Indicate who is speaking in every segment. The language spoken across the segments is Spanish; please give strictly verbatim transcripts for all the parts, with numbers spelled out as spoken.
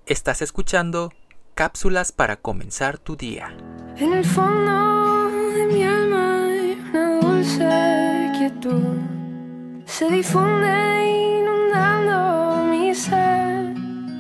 Speaker 1: Estás escuchando cápsulas para comenzar tu día.
Speaker 2: En el fondo de mi alma hay una dulce quietud, se difunde inundando mi ser.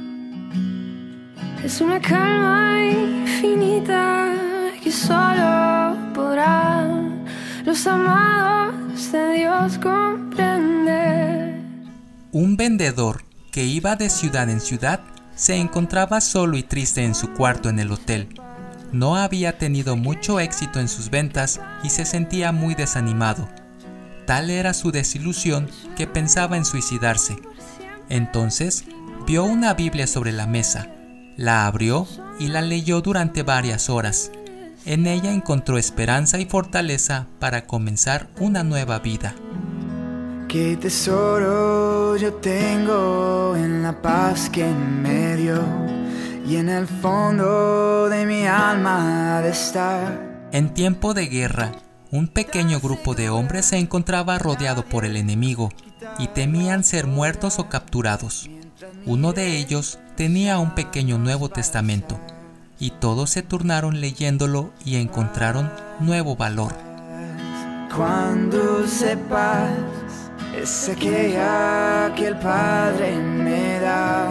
Speaker 2: Es una calma infinita que solo podrán los amados de Dios comprender.
Speaker 1: Un vendedor que iba de ciudad en ciudad se encontraba solo y triste en su cuarto en el hotel. No había tenido mucho éxito en sus ventas y se sentía muy desanimado. Tal era su desilusión que pensaba en suicidarse. Entonces vio una Biblia sobre la mesa, la abrió y la leyó durante varias horas. En ella encontró esperanza y fortaleza para comenzar una nueva vida.
Speaker 3: Qué tesoro yo tengo en la paz que me dio, y en el fondo de mi alma ha de estar.
Speaker 1: En tiempo de guerra, un pequeño grupo de hombres se encontraba rodeado por el enemigo y temían ser muertos o capturados. Uno de ellos tenía un pequeño Nuevo Testamento y todos se turnaron leyéndolo y encontraron nuevo valor.
Speaker 3: Cuando sepas es aquella que el Padre me da.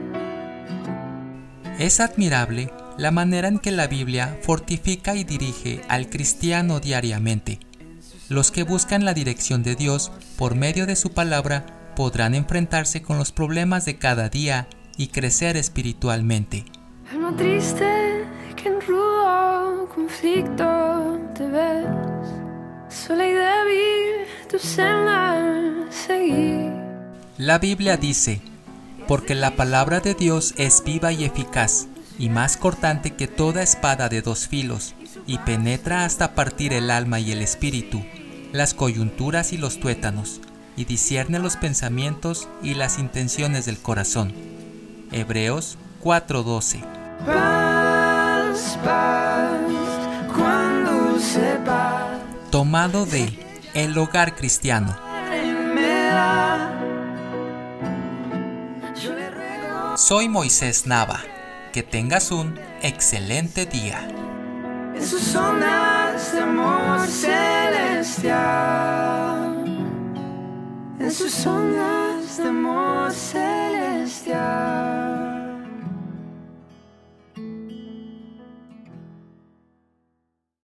Speaker 1: Es admirable la manera en que la Biblia fortifica y dirige al cristiano diariamente. Los que buscan la dirección de Dios por medio de su palabra podrán enfrentarse con los problemas de cada día y crecer espiritualmente.
Speaker 2: Alma triste que en rudo conflicto te ves, sola y débil tu senda seguir.
Speaker 1: La Biblia dice: porque la palabra de Dios es viva y eficaz, y más cortante que toda espada de dos filos, y penetra hasta partir el alma y el espíritu, las coyunturas y los tuétanos, y discierne los pensamientos y las intenciones del corazón. Hebreos cuatro doce.
Speaker 3: Paz, paz, cuando sepas.
Speaker 1: Tomado de El Hogar Cristiano. Soy Moisés Nava. Que tengas un excelente día.
Speaker 3: En sus ondas de amor celestial, en sus ondas.